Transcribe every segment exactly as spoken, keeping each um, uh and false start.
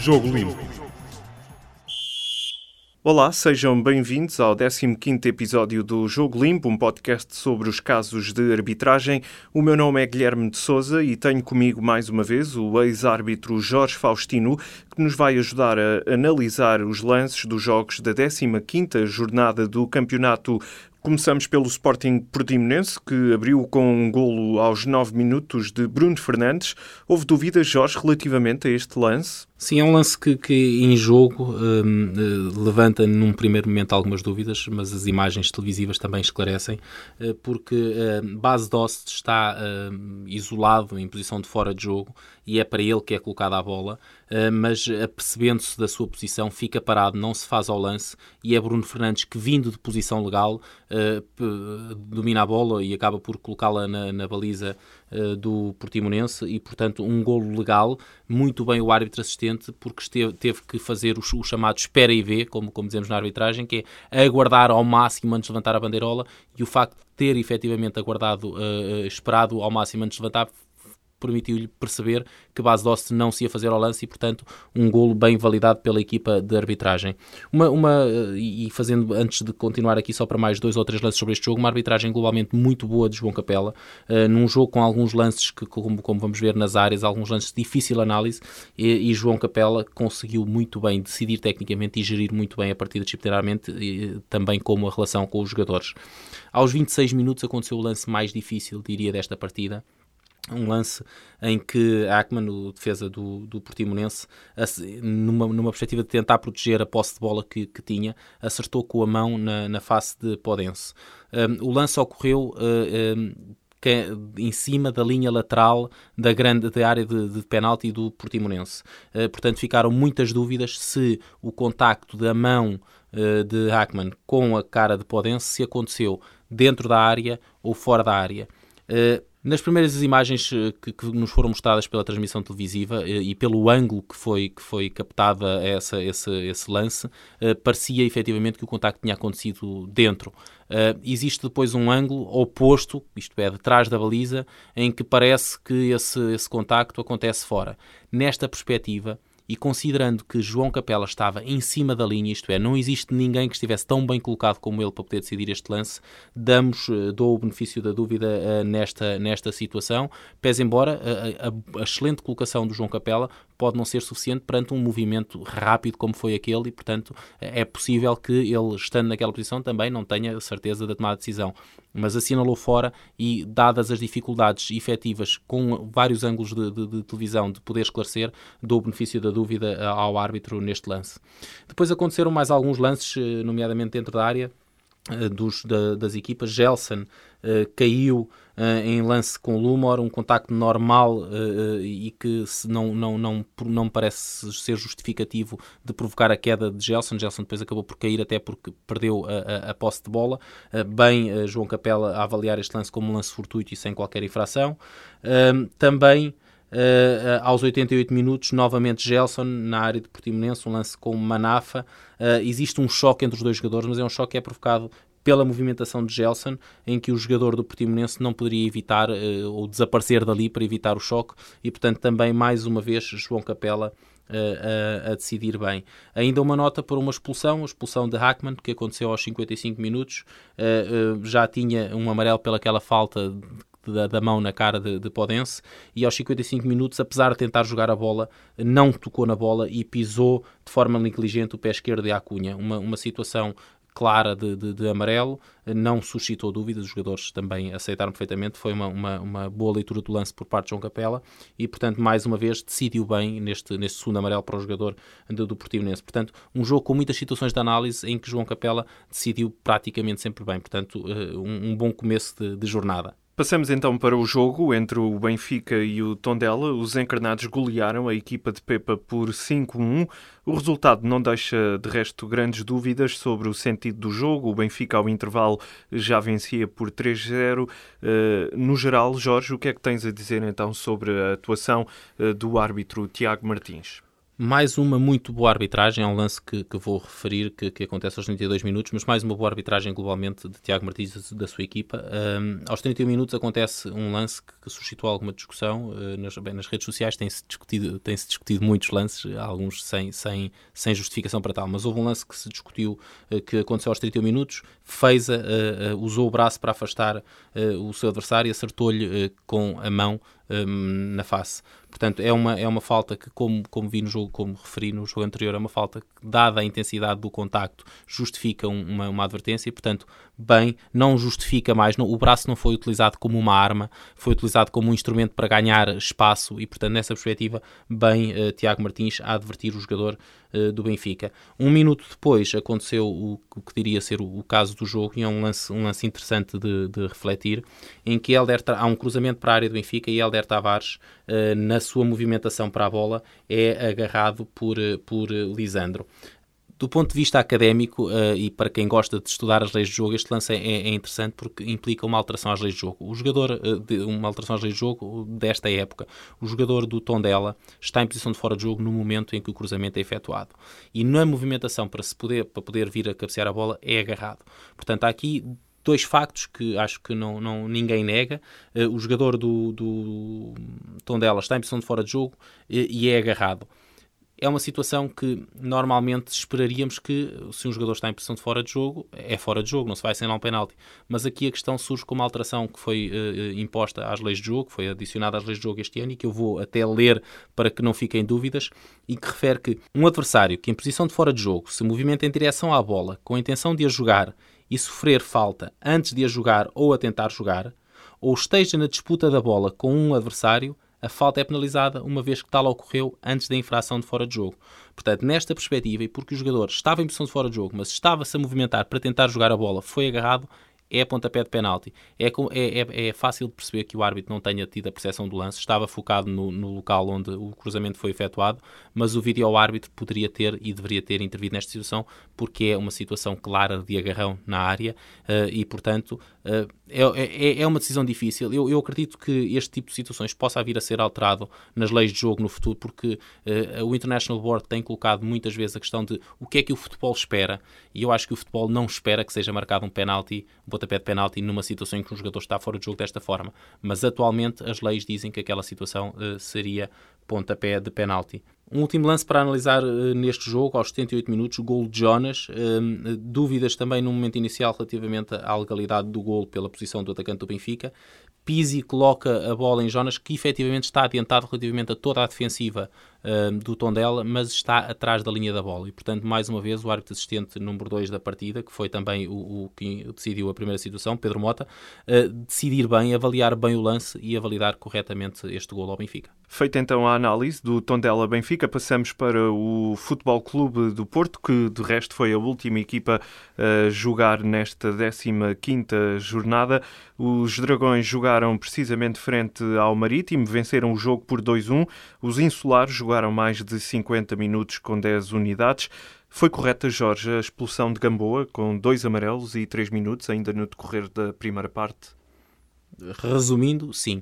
Jogo Limpo. Olá, sejam bem-vindos ao décimo quinto episódio do Jogo Limpo, um podcast sobre os casos de arbitragem. O meu nome é Guilherme de Sousa e tenho comigo mais uma vez o ex-árbitro Jorge Faustino, que nos vai ajudar a analisar os lances dos jogos da décima quinta jornada do campeonato. Começamos pelo Sporting Portimonense, que abriu com um golo aos nove minutos de Bruno Fernandes. Houve dúvidas, Jorge, relativamente a este lance? Sim, é um lance que, que em jogo um, uh, levanta num primeiro momento algumas dúvidas, mas as imagens televisivas também esclarecem, uh, porque uh, Bas Dost está uh, isolado em posição de fora de jogo e é para ele que é colocada a bola, uh, mas apercebendo-se da sua posição fica parado, não se faz ao lance e é Bruno Fernandes que, vindo de posição legal, uh, domina a bola e acaba por colocá-la na, na baliza uh, do Portimonense e, portanto, um golo legal. Muito bem o árbitro assistente, porque esteve, teve que fazer o, o chamado espera e vê, como, como dizemos na arbitragem, que é aguardar ao máximo antes de levantar a bandeirola, e o facto de ter efetivamente aguardado, uh, esperado ao máximo antes de levantar, permitiu-lhe perceber que Bas Dost não se ia fazer ao lance e, portanto, um golo bem validado pela equipa de arbitragem. Uma, uma, e fazendo, antes de continuar aqui só para mais dois ou três lances sobre este jogo, uma arbitragem globalmente muito boa de João Capela, uh, num jogo com alguns lances que, como, como vamos ver nas áreas, alguns lances de difícil análise, e, e João Capela conseguiu muito bem decidir tecnicamente e gerir muito bem a partida disciplinarmente, e, também como a relação com os jogadores. Aos vinte e seis minutos aconteceu o lance mais difícil, diria, desta partida. Um lance em que Ackman, o defesa do, do Portimonense, numa, numa perspectiva de tentar proteger a posse de bola que, que tinha, acertou com a mão na, na face de Podense. Um, o lance ocorreu uh, um, que, em cima da linha lateral da, grande, da área de, de penalti do Portimonense. Uh, portanto, ficaram muitas dúvidas se o contacto da mão uh, de Ackman com a cara de Podense se aconteceu dentro da área ou fora da área. Uh, Nas primeiras imagens que, que nos foram mostradas pela transmissão televisiva e, e pelo ângulo que foi, que foi captado a essa, esse, esse lance, uh, parecia efetivamente que o contacto tinha acontecido dentro. Uh, existe depois um ângulo oposto, isto é, de trás da baliza, em que parece que esse, esse contacto acontece fora. Nesta perspectiva, e considerando que João Capela estava em cima da linha, isto é, não existe ninguém que estivesse tão bem colocado como ele para poder decidir este lance, damos, dou o benefício da dúvida uh, nesta, nesta situação, pese embora a, a, a excelente colocação do João Capela pode não ser suficiente perante um movimento rápido como foi aquele e, portanto, é possível que ele, estando naquela posição, também não tenha certeza da tomada de decisão. Mas assinalou fora e, dadas as dificuldades efetivas com vários ângulos de, de, de televisão de poder esclarecer, dou o benefício da dúvida ao árbitro neste lance. Depois aconteceram mais alguns lances, nomeadamente dentro da área dos, da, das equipas. Gelson uh, caiu uh, em lance com Lumor, um contacto normal uh, e que se não, não, não, não parece ser justificativo de provocar a queda de Gelson. Gelson depois acabou por cair até porque perdeu a, a, a posse de bola. Uh, bem, uh, João Capela a avaliar este lance como um lance fortuito e sem qualquer infração. Uh, também Uh, aos oitenta e oito minutos, novamente Gelson na área de Portimonense, um lance com Manafa. Uh, existe um choque entre os dois jogadores, mas é um choque que é provocado pela movimentação de Gelson, em que o jogador do Portimonense não poderia evitar uh, ou desaparecer dali para evitar o choque e, portanto, também mais uma vez João Capela uh, a, a decidir bem. Ainda uma nota para uma expulsão, a expulsão de Ackman, que aconteceu aos cinquenta e cinco minutos. Uh, uh, já tinha um amarelo pelaquela falta Da, da mão na cara de, de Podense e aos cinquenta e cinco minutos, apesar de tentar jogar a bola, não tocou na bola e pisou de forma negligente o pé esquerdo de Acunha. Uma, uma situação clara de, de, de amarelo, não suscitou dúvidas, os jogadores também aceitaram perfeitamente, foi uma, uma, uma boa leitura do lance por parte de João Capela e, portanto, mais uma vez decidiu bem neste, neste segundo amarelo para o jogador do, do Portimonense. Portanto, um jogo com muitas situações de análise em que João Capela decidiu praticamente sempre bem, portanto, um, um bom começo de, de jornada. Passamos então para o jogo entre o Benfica e o Tondela. Os encarnados golearam a equipa de Pepa por cinco a um. O resultado não deixa, de resto, grandes dúvidas sobre o sentido do jogo. O Benfica, ao intervalo, já vencia por três a zero. Uh, no geral, Jorge, o que é que tens a dizer então sobre a atuação uh, do árbitro Tiago Martins? Mais uma muito boa arbitragem, é um lance que, que vou referir, que, que acontece aos trinta e dois minutos, mas mais uma boa arbitragem globalmente de Tiago Martins da sua equipa. Um, aos trinta e um minutos acontece um lance que, que suscitou alguma discussão. Uh, nas, bem, nas redes sociais tem-se discutido, tem-se discutido muitos lances, alguns sem, sem, sem justificação para tal, mas houve um lance que se discutiu, uh, que aconteceu aos trinta e um minutos. Feza uh, uh, usou o braço para afastar uh, o seu adversário e acertou-lhe uh, com a mão um, na face. Portanto, é uma, é uma falta que, como, como vi no jogo, como referi no jogo anterior, é uma falta que, dada a intensidade do contacto, justifica uma, uma advertência e, portanto, bem, não justifica mais. Não, o braço não foi utilizado como uma arma, foi utilizado como um instrumento para ganhar espaço e, portanto, nessa perspectiva, bem, uh, Tiago Martins a advertir o jogador uh, do Benfica. Um minuto depois aconteceu o, o que diria ser o, o caso do jogo e é um lance, um lance interessante de, de refletir, em que Hélder, há um cruzamento para a área do Benfica e Hélder Tavares, uh, na sua movimentação para a bola, é agarrado por, por Lisandro. Do ponto de vista académico, uh, e para quem gosta de estudar as leis de jogo, este lance é, é interessante porque implica uma alteração às leis de jogo. O jogador, uh, de, uma alteração às leis de jogo desta época, o jogador do Tondela está em posição de fora de jogo no momento em que o cruzamento é efetuado. E na movimentação para, se poder, para poder vir a cabecear a bola, é agarrado. Portanto, há aqui dois factos que acho que não, não, ninguém nega. Uh, o jogador do, do Tondela está em posição de fora de jogo e, e é agarrado. É uma situação que normalmente esperaríamos que, se um jogador está em posição de fora de jogo, é fora de jogo, não se vai assinalar um penalti. Mas aqui a questão surge com uma alteração que foi uh, imposta às leis de jogo, foi adicionada às leis de jogo este ano e que eu vou até ler para que não fiquem dúvidas, e que refere que um adversário que em posição de fora de jogo se movimenta em direção à bola com a intenção de a jogar e sofrer falta antes de a jogar ou a tentar jogar, ou esteja na disputa da bola com um adversário, a falta é penalizada uma vez que tal ocorreu antes da infração de fora de jogo. Portanto, nesta perspectiva, e porque o jogador estava em posição de fora de jogo, mas estava-se a movimentar para tentar jogar a bola, foi agarrado, é pontapé de penalti. É, é, é fácil de perceber que o árbitro não tenha tido a percepção do lance, estava focado no, no local onde o cruzamento foi efetuado, mas o vídeo-árbitro poderia ter e deveria ter intervido nesta situação, porque é uma situação clara de agarrão na área uh, e, portanto, uh, é, é, é uma decisão difícil. Eu, eu acredito que este tipo de situações possa vir a ser alterado nas leis de jogo no futuro, porque uh, o International Board tem colocado muitas vezes a questão de o que é que o futebol espera, e eu acho que o futebol não espera que seja marcado um penalti, um pontapé de penalti numa situação em que um jogador está fora de jogo desta forma. Mas atualmente as leis dizem que aquela situação uh, seria pontapé de penalti. Um último lance para analisar uh, neste jogo, aos setenta e oito minutos, o gol de Jonas. Uh, dúvidas também no momento inicial relativamente à legalidade do gol pela posição do atacante do Benfica. Pizzi coloca a bola em Jonas, que efetivamente está adiantado relativamente a toda a defensiva uh, do Tondela, mas está atrás da linha da bola. E, portanto, mais uma vez, o árbitro assistente número dois da partida, que foi também o, o que decidiu a primeira situação, Pedro Mota, uh, decidir bem, avaliar bem o lance e avaliar corretamente este golo ao Benfica. Feita então a análise do Tondela-Benfica, passamos para o Futebol Clube do Porto, que de resto foi a última equipa a jogar nesta décima quinta jornada. Os Dragões jogaram precisamente frente ao Marítimo, venceram o jogo por dois a um. Os insulares jogaram mais de cinquenta minutos com dez unidades. Foi correta, Jorge, a expulsão de Gamboa, com dois amarelos e três minutos, ainda no decorrer da primeira parte? Resumindo, sim.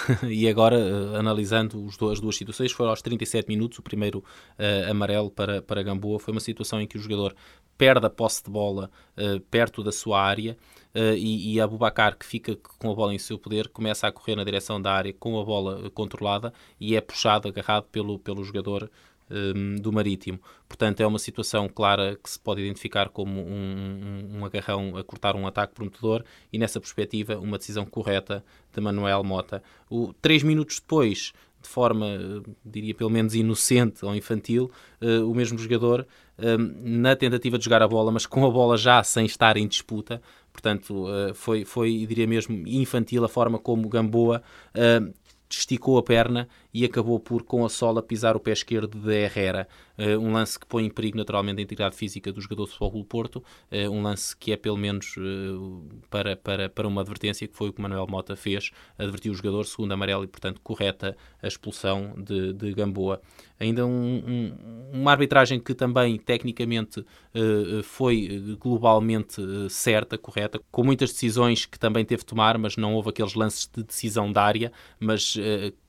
E agora, uh, analisando os do, as duas situações, foi aos trinta e sete minutos, o primeiro uh, amarelo para, para Gamboa. Foi uma situação em que o jogador perde a posse de bola uh, perto da sua área uh, e, e Aboubakar, que fica com a bola em seu poder, começa a correr na direção da área com a bola uh, controlada e é puxado, agarrado pelo, pelo jogador um, do Marítimo. Portanto, é uma situação clara que se pode identificar como um, um, um agarrão a cortar um ataque prometedor e, nessa perspectiva, uma decisão correta de Manuel Mota. O, três minutos depois, de forma, diria, pelo menos inocente ou infantil, uh, o mesmo jogador, uh, na tentativa de jogar a bola, mas com a bola já sem estar em disputa, portanto, uh, foi, foi, diria mesmo, infantil a forma como Gamboa uh, esticou a perna e acabou por, com a sola, pisar o pé esquerdo de Herrera. Uh, um lance que põe em perigo, naturalmente, a integridade física do jogador do Futebol Clube do Porto. Uh, um lance que é, pelo menos, uh, para, para, para uma advertência, que foi o que Manuel Mota fez. Advertiu o jogador, segundo amarelo, e, portanto, correta a expulsão de, de Gamboa. Ainda um, um, uma arbitragem que também, tecnicamente, uh, foi globalmente uh, certa, correta, com muitas decisões que também teve de tomar, mas não houve aqueles lances de decisão da área, mas uh,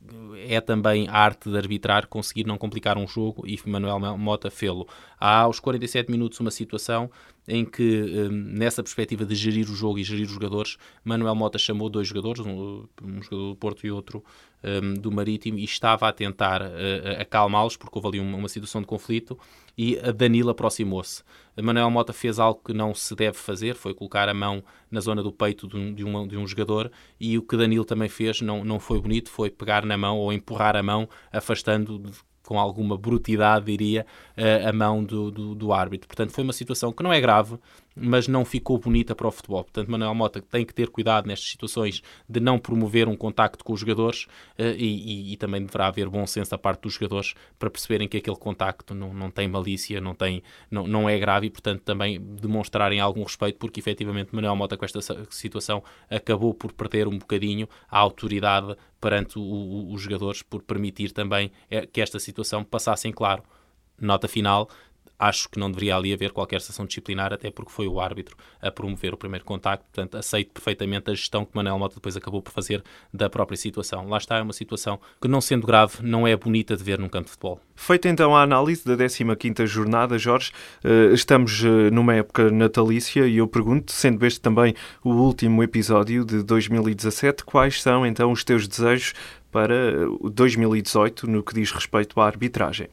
é também a arte de arbitrar, conseguir não complicar um jogo, e Manuel Mota fê-lo. Há aos quarenta e sete minutos uma situação em que, nessa perspectiva de gerir o jogo e gerir os jogadores, Manuel Mota chamou dois jogadores, um, um jogador do Porto e outro um, do Marítimo, e estava a tentar uh, acalmá-los, porque houve ali uma, uma situação de conflito, e a Danilo aproximou-se. Manuel Mota fez algo que não se deve fazer, foi colocar a mão na zona do peito de um, de um, de um jogador, e o que Danilo também fez não, não foi bonito, foi pegar na mão ou empurrar a mão, afastando de, com alguma brutalidade, diria, a mão do, do, do árbitro. Portanto, foi uma situação que não é grave, mas não ficou bonita para o futebol. Portanto, Manuel Mota tem que ter cuidado nestas situações de não promover um contacto com os jogadores e, e, e também deverá haver bom senso da parte dos jogadores para perceberem que aquele contacto não, não tem malícia, não, tem, não, não é grave, e, portanto, também demonstrarem algum respeito, porque, efetivamente, Manuel Mota, com esta situação, acabou por perder um bocadinho a autoridade perante o, o, os jogadores, por permitir também que esta situação passasse em claro. Nota final: acho que não deveria ali haver qualquer sanção disciplinar, até porque foi o árbitro a promover o primeiro contacto. Portanto, aceito perfeitamente a gestão que Manuel Mota depois acabou por fazer da própria situação. Lá está, é uma situação que, não sendo grave, não é bonita de ver num campo de futebol. Feita então a análise da décima quinta jornada, Jorge, estamos numa época natalícia e eu pergunto, sendo este também o último episódio de dois mil e dezassete, quais são então os teus desejos para dois mil e dezoito no que diz respeito à arbitragem?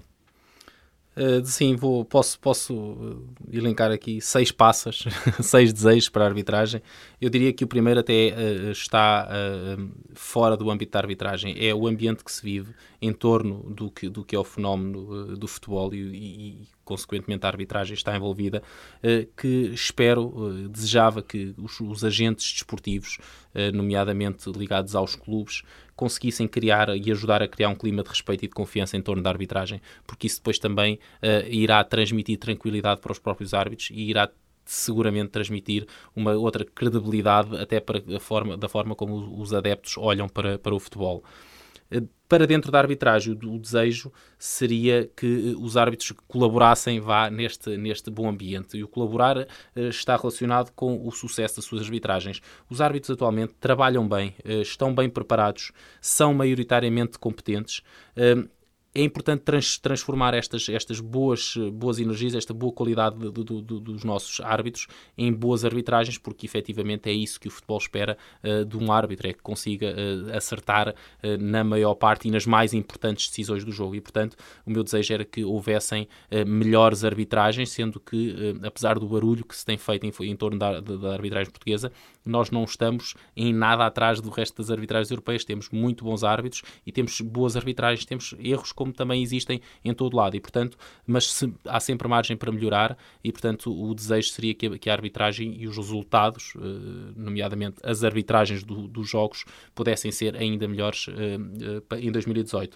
Uh, sim, vou, posso, posso elencar aqui seis passas, seis desejos para a arbitragem. Eu diria que o primeiro até uh, está uh, fora do âmbito da arbitragem. É o ambiente que se vive em torno do que, do que é o fenómeno uh, do futebol e, e, e, consequentemente, a arbitragem está envolvida, uh, que espero, uh, desejava que os, os agentes desportivos, uh, nomeadamente ligados aos clubes, conseguissem criar e ajudar a criar um clima de respeito e de confiança em torno da arbitragem, porque isso depois também uh, irá transmitir tranquilidade para os próprios árbitros e irá seguramente transmitir uma outra credibilidade até para a forma, da forma como os adeptos olham para, para o futebol. Para dentro da arbitragem, o desejo seria que os árbitros colaborassem vá, neste, neste bom ambiente. E o colaborar uh, está relacionado com o sucesso das suas arbitragens. Os árbitros atualmente trabalham bem, uh, estão bem preparados, são maioritariamente competentes. Uh, É importante trans, transformar estas, estas boas, boas energias, esta boa qualidade de, de, de, dos nossos árbitros em boas arbitragens, porque efetivamente é isso que o futebol espera uh, de um árbitro, é que consiga uh, acertar uh, na maior parte e nas mais importantes decisões do jogo. E, portanto, o meu desejo era que houvessem uh, melhores arbitragens, sendo que, uh, apesar do barulho que se tem feito em, em torno da, da arbitragem portuguesa, nós não estamos em nada atrás do resto das arbitragens europeias. Temos muito bons árbitros e temos boas arbitragens, temos erros como também existem em todo lado, e portanto, mas se, há sempre margem para melhorar, e portanto o desejo seria que a, que a arbitragem e os resultados, eh, nomeadamente as arbitragens do, dos jogos, pudessem ser ainda melhores eh, eh, em dois mil e dezoito.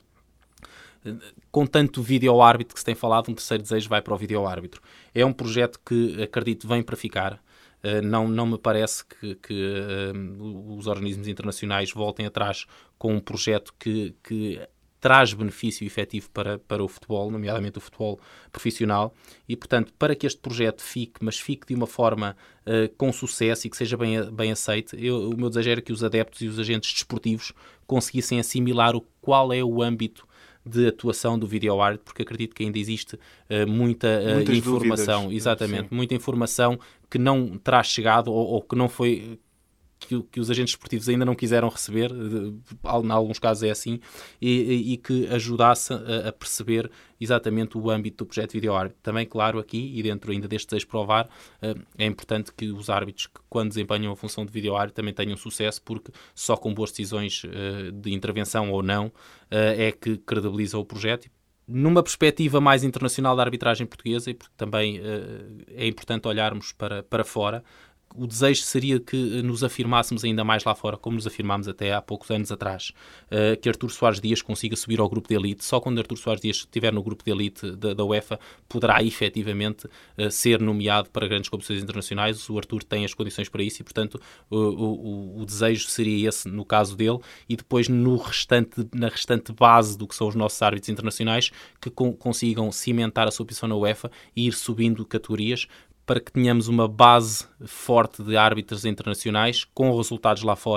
Com tanto vídeo-árbitro que se tem falado, um terceiro desejo vai para o vídeo-árbitro. É um projeto que, acredito, vem para ficar. Uh, não, não me parece que, que uh, os organismos internacionais voltem atrás com um projeto que, que traz benefício efetivo para, para o futebol, nomeadamente o futebol profissional, e, portanto, para que este projeto fique, mas fique de uma forma uh, com sucesso e que seja bem, bem aceite, eu, o meu desejo era que os adeptos e os agentes desportivos conseguissem assimilar o, qual é o âmbito de atuação do vídeo-árbitro, porque acredito que ainda existe uh, muita uh, informação, dúvidas. exatamente, Sim. muita informação que não terá chegado ou, ou que não foi... Que, que os agentes esportivos ainda não quiseram receber, em alguns casos é assim, e, e que ajudasse a, a perceber exatamente o âmbito do projeto de vídeo-árbitro. Também, claro, aqui, e dentro ainda deste desejo provar, é importante que os árbitros, que quando desempenham a função de vídeo-árbitro, também tenham sucesso, porque só com boas decisões de intervenção ou não é que credibiliza o projeto. Numa perspectiva mais internacional da arbitragem portuguesa, e porque também é importante olharmos para, para fora, o desejo seria que nos afirmássemos ainda mais lá fora, como nos afirmámos até há poucos anos atrás, uh, que Artur Soares Dias consiga subir ao grupo de elite. Só quando Artur Soares Dias estiver no grupo de elite da, da UEFA poderá efetivamente uh, ser nomeado para grandes competições internacionais. O Artur tem as condições para isso e, portanto, o, o, o desejo seria esse no caso dele, e depois no restante, na restante base do que são os nossos árbitros internacionais, que com, consigam cimentar a sua posição na UEFA e ir subindo categorias, para que tenhamos uma base forte de árbitros internacionais com resultados lá fora,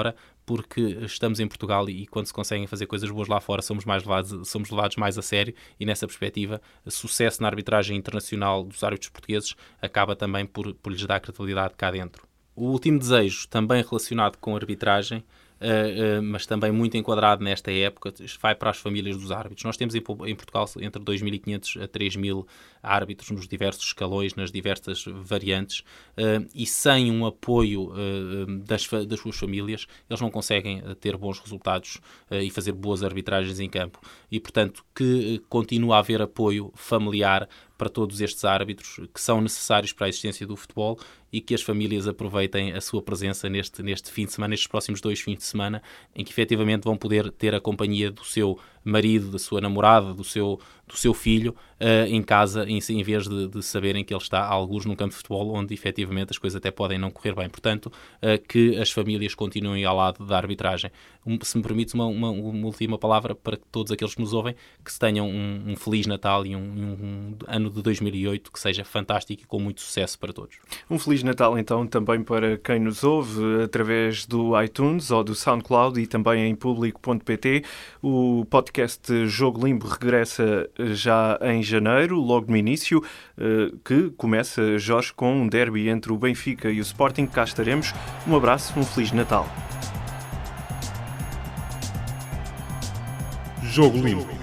porque estamos em Portugal e quando se conseguem fazer coisas boas lá fora somos, mais levados, somos levados mais a sério, e nessa perspectiva, sucesso na arbitragem internacional dos árbitros portugueses acaba também por, por lhes dar credibilidade cá dentro. O último desejo, também relacionado com a arbitragem, Uh, uh, mas também muito enquadrado nesta época, vai para as famílias dos árbitros. Nós temos em, em Portugal entre dois mil e quinhentos a três mil árbitros nos diversos escalões, nas diversas variantes, uh, e sem um apoio uh, das, das suas famílias, eles não conseguem ter bons resultados uh, e fazer boas arbitragens em campo. E, portanto, que uh, continua a haver apoio familiar para todos estes árbitros que são necessários para a existência do futebol, e que as famílias aproveitem a sua presença neste, neste fim de semana, nestes próximos dois fins de semana, em que efetivamente vão poder ter a companhia do seu marido, da sua namorada, do seu, do seu filho uh, em casa, em, em vez de, de saberem que ele está a algures num campo de futebol onde efetivamente as coisas até podem não correr bem. Portanto, uh, que as famílias continuem ao lado da arbitragem. Um, se me permites uma, uma, uma última palavra para todos aqueles que nos ouvem, que se tenham um, um Feliz Natal e um, um, um ano de dois mil e oito que seja fantástico e com muito sucesso para todos. Um Feliz Natal então também para quem nos ouve através do iTunes ou do SoundCloud e também em público ponto pt. O podcast Jogo Limpo regressa já em janeiro, logo no início, que começa, Jorge, com um derby entre o Benfica e o Sporting. Cá estaremos. Um abraço, um Feliz Natal. Jogo Limpo.